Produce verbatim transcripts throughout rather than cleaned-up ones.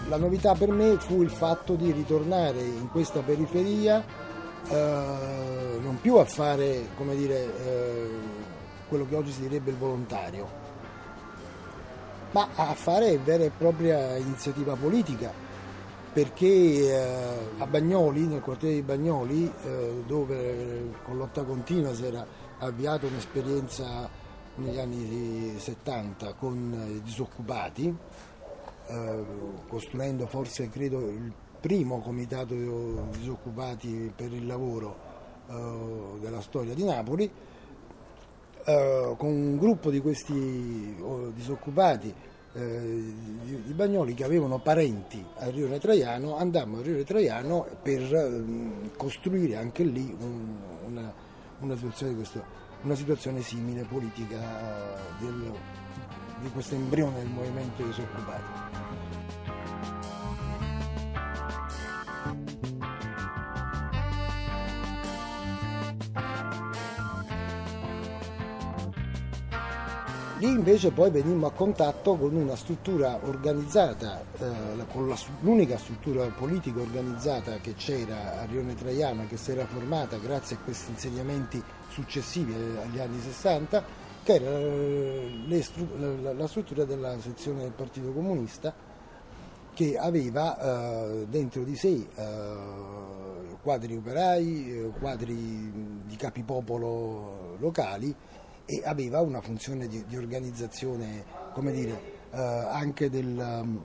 La novità per me fu il fatto di ritornare in questa periferia, eh, non più a fare, come dire, eh, quello che oggi si direbbe il volontario, ma a fare vera e propria iniziativa politica, perché eh, a Bagnoli, nel quartiere di Bagnoli, eh, dove con Lotta Continua si era avviata un'esperienza negli anni settanta con i disoccupati, Eh, costruendo forse credo il primo comitato disoccupati per il lavoro eh, della storia di Napoli, eh, con un gruppo di questi oh, disoccupati eh, di, di Bagnoli che avevano parenti a Rione Traiano. Andammo a Rione Traiano per eh, costruire anche lì un, una, una, situazione di questo, una situazione simile politica eh, del, di questo embrione del movimento disoccupati. Lì invece poi venimmo a contatto con una struttura organizzata, eh, con la, l'unica struttura politica organizzata che c'era a Rione Traiano, che si era formata grazie a questi insediamenti successivi agli anni sessanta, che era le, la, la struttura della sezione del Partito Comunista, che aveva eh, dentro di sé eh, quadri operai, quadri di capipopolo locali, e aveva una funzione di, di organizzazione, come dire, eh, anche del,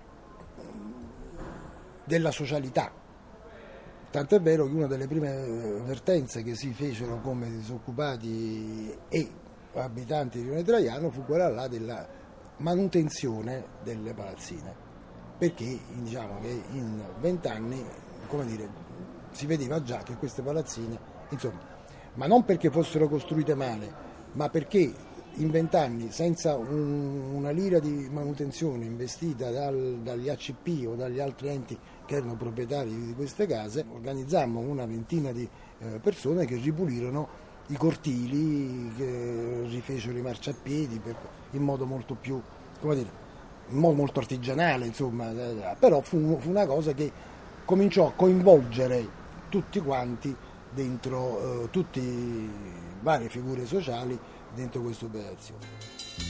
della socialità. Tant'è vero che una delle prime vertenze che si fecero come disoccupati e abitanti di Rione Traiano fu quella là della manutenzione delle palazzine, perché diciamo che in vent'anni, come dire, si vedeva già che queste palazzine, insomma, ma non perché fossero costruite male, ma perché in vent'anni, senza un, una lira di manutenzione investita dal, dagli A C P o dagli altri enti che erano proprietari di queste case, organizzammo una ventina di eh, persone che ripulirono i cortili, che rifecero i marciapiedi per, in modo molto più, come dire, in modo molto artigianale, insomma, però fu, fu una cosa che cominciò a coinvolgere tutti quanti dentro, eh, tutti varie figure sociali dentro questa operazione.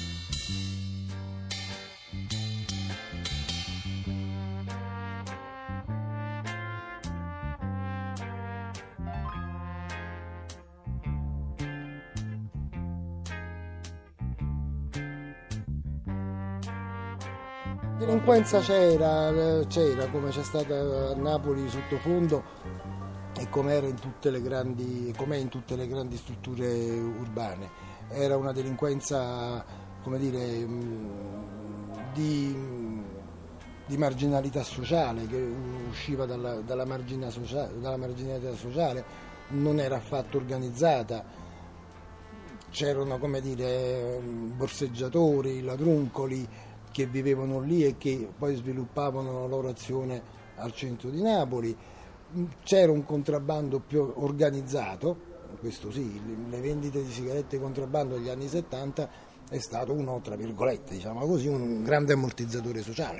La delinquenza c'era, c'era come c'è stata a Napoli sottofondo e come era in tutte le grandi, com'è in tutte le grandi strutture urbane. Era una delinquenza, come dire, di, di marginalità sociale, che usciva dalla, dalla, margina sociale, dalla marginalità sociale, non era affatto organizzata. C'erano, come dire, borseggiatori, ladruncoli che vivevano lì e che poi sviluppavano la loro azione al centro di Napoli. C'era un contrabbando più organizzato, questo sì, le vendite di sigarette di contrabbando negli anni settanta è stato uno, tra virgolette, diciamo così, un grande ammortizzatore sociale.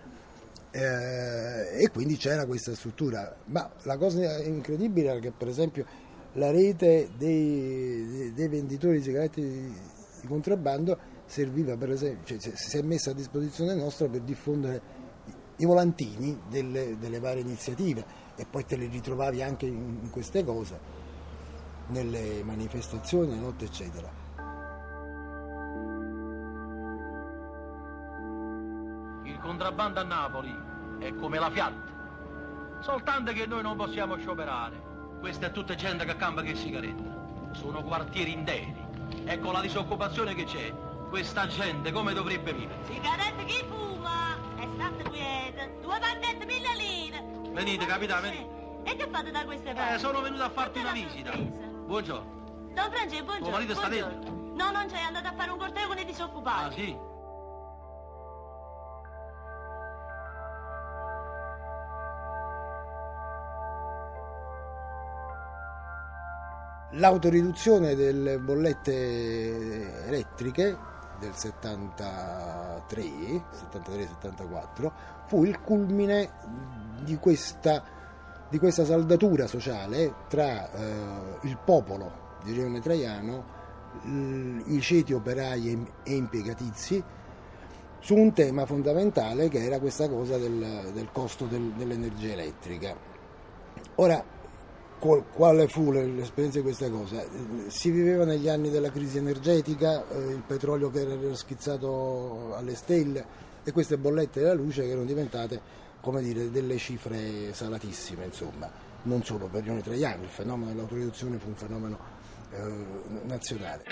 Eh, e quindi c'era questa struttura. Ma la cosa incredibile era che, per esempio, la rete dei, dei, dei venditori di sigarette di, di contrabbando serviva, per esempio, cioè, si è messa a disposizione nostra per diffondere i volantini delle, delle varie iniziative, e poi te li ritrovavi anche in, in queste cose, nelle manifestazioni, nelle notte, eccetera. Il contrabbando a Napoli è come la Fiat, soltanto che noi non possiamo scioperare. Questa è tutta gente che campa che sigaretta, sono quartieri interi, e con la disoccupazione che c'è, questa gente come dovrebbe vivere? Sigarette chi fuma? È stato quieto, due bandette mille lire. Venite, capitano, venite. E che fate da queste parti? Eh, sono venuto a farti una visita. Buongiorno. Don Francesco, buongiorno. Tuo marito sta dentro? No, non c'è, è andato a fare un corteo con i disoccupati. Ah, sì? L'autoriduzione delle bollette elettriche del settantatré settantaquattro fu il culmine di questa, di questa saldatura sociale tra eh, il popolo di Rione Traiano, i ceti operai e impiegatizi, su un tema fondamentale che era questa cosa del, del costo del, dell'energia elettrica. Ora, qual, quale fu l'esperienza di questa cosa? Si viveva negli anni della crisi energetica, eh, il petrolio che era schizzato alle stelle e queste bollette della luce che erano diventate, come dire, delle cifre salatissime, insomma, non solo per Rione Traiano. Il fenomeno dell'autoriduzione fu un fenomeno eh, nazionale.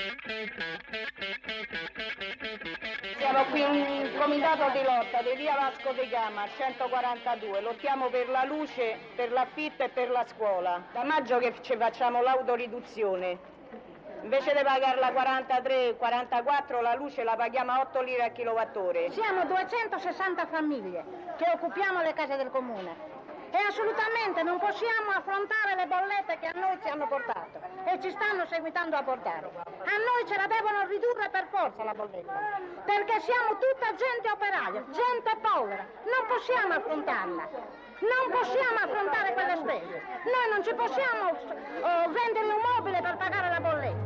Siamo qui un comitato di lotta di via Vasco di Gama centoquarantadue, lottiamo per la luce, per l'affitto e per la scuola. Da maggio che ci facciamo l'autoriduzione, invece di pagarla quarantatré quarantaquattro la luce la paghiamo a otto lire a kilowattora. Siamo duecentosessanta famiglie che occupiamo le case del comune e assolutamente non possiamo affrontare le bollette che a noi ci hanno portato e ci stanno seguitando a portare. A noi ce la devono ridurre per forza la bolletta, perché siamo tutta gente operaia, gente povera, non possiamo affrontarla, non possiamo affrontare quelle spese, noi non ci possiamo oh, vendere un mobile per pagare la bolletta.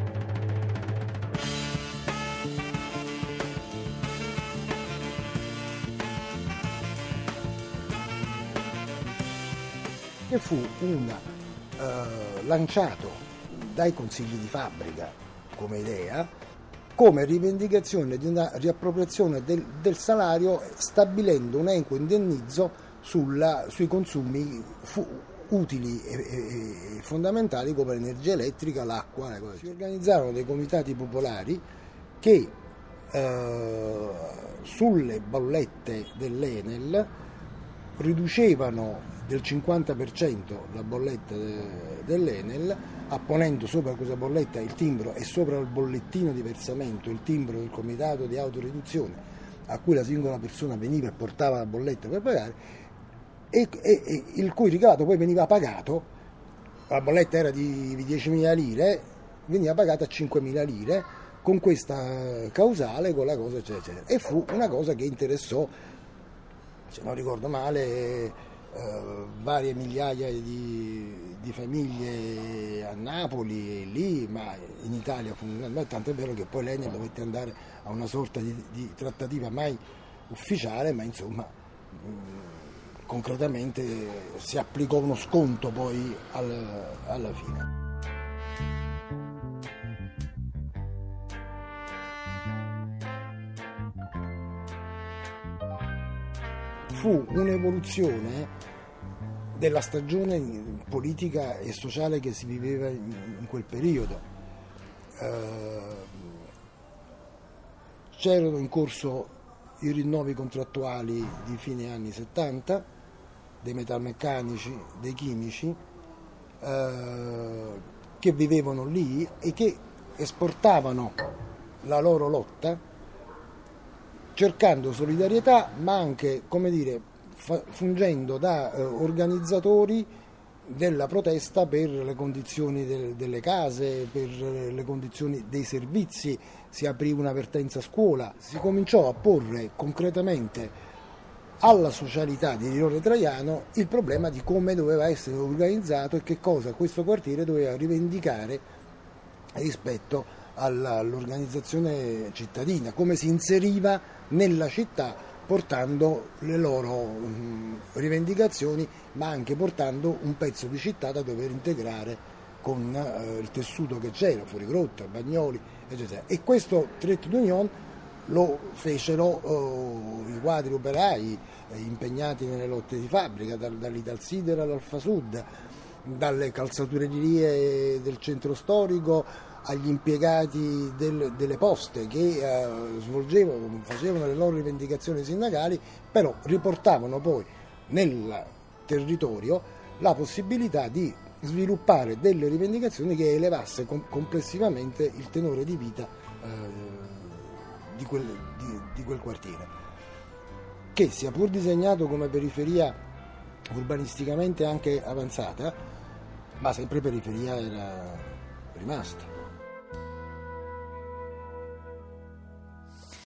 Che fu una, eh, lanciato dai consigli di fabbrica come idea, come rivendicazione di una riappropriazione del, del salario, stabilendo un equo indennizzo sulla, sui consumi fu, utili e, e, e fondamentali come l'energia elettrica, l'acqua. Si organizzarono dei comitati popolari che eh, sulle bollette dell'Enel riducevano del cinquanta per cento la bolletta de, dell'Enel, apponendo sopra questa bolletta il timbro e sopra il bollettino di versamento il timbro del comitato di autoriduzione a cui la singola persona veniva e portava la bolletta per pagare, e, e, e il cui ricavato poi veniva pagato. La bolletta era di diecimila lire, veniva pagata a cinquemila lire con questa causale, con la cosa eccetera, eccetera. E fu una cosa che interessò, se non ricordo male, Uh, varie migliaia di, di famiglie a Napoli e lì, ma in Italia fondamentalmente, tant'è vero che poi l'Enel dovette andare a una sorta di, di trattativa mai ufficiale, ma insomma mh, concretamente si applicò uno sconto poi al, alla fine. Fu un'evoluzione della stagione politica e sociale che si viveva in quel periodo. Eh, c'erano in corso i rinnovi contrattuali di fine anni settanta, dei metalmeccanici, dei chimici, eh, che vivevano lì e che esportavano la loro lotta cercando solidarietà, ma anche, come dire, fa, fungendo da eh, organizzatori della protesta per le condizioni del, delle case, per le condizioni dei servizi. Si aprì un'avvertenza a scuola, si cominciò a porre concretamente alla socialità di Rione Traiano il problema di come doveva essere organizzato e che cosa questo quartiere doveva rivendicare rispetto all'organizzazione cittadina, come si inseriva nella città portando le loro mh, rivendicazioni, ma anche portando un pezzo di città da dover integrare con eh, il tessuto che c'era, Fuorigrotta, Bagnoli, eccetera. E questo Trait d'Union lo fecero eh, i quadri operai eh, impegnati nelle lotte di fabbrica, dal, dall'Italsider all'Alfasud, dalle calzaturerie del centro storico agli impiegati del, delle poste che eh, svolgevano, facevano le loro rivendicazioni sindacali, però riportavano poi nel territorio la possibilità di sviluppare delle rivendicazioni che elevasse com- complessivamente il tenore di vita eh, di, quel, di, di quel quartiere, che sia pur disegnato come periferia urbanisticamente anche avanzata, ma sempre periferia era rimasta.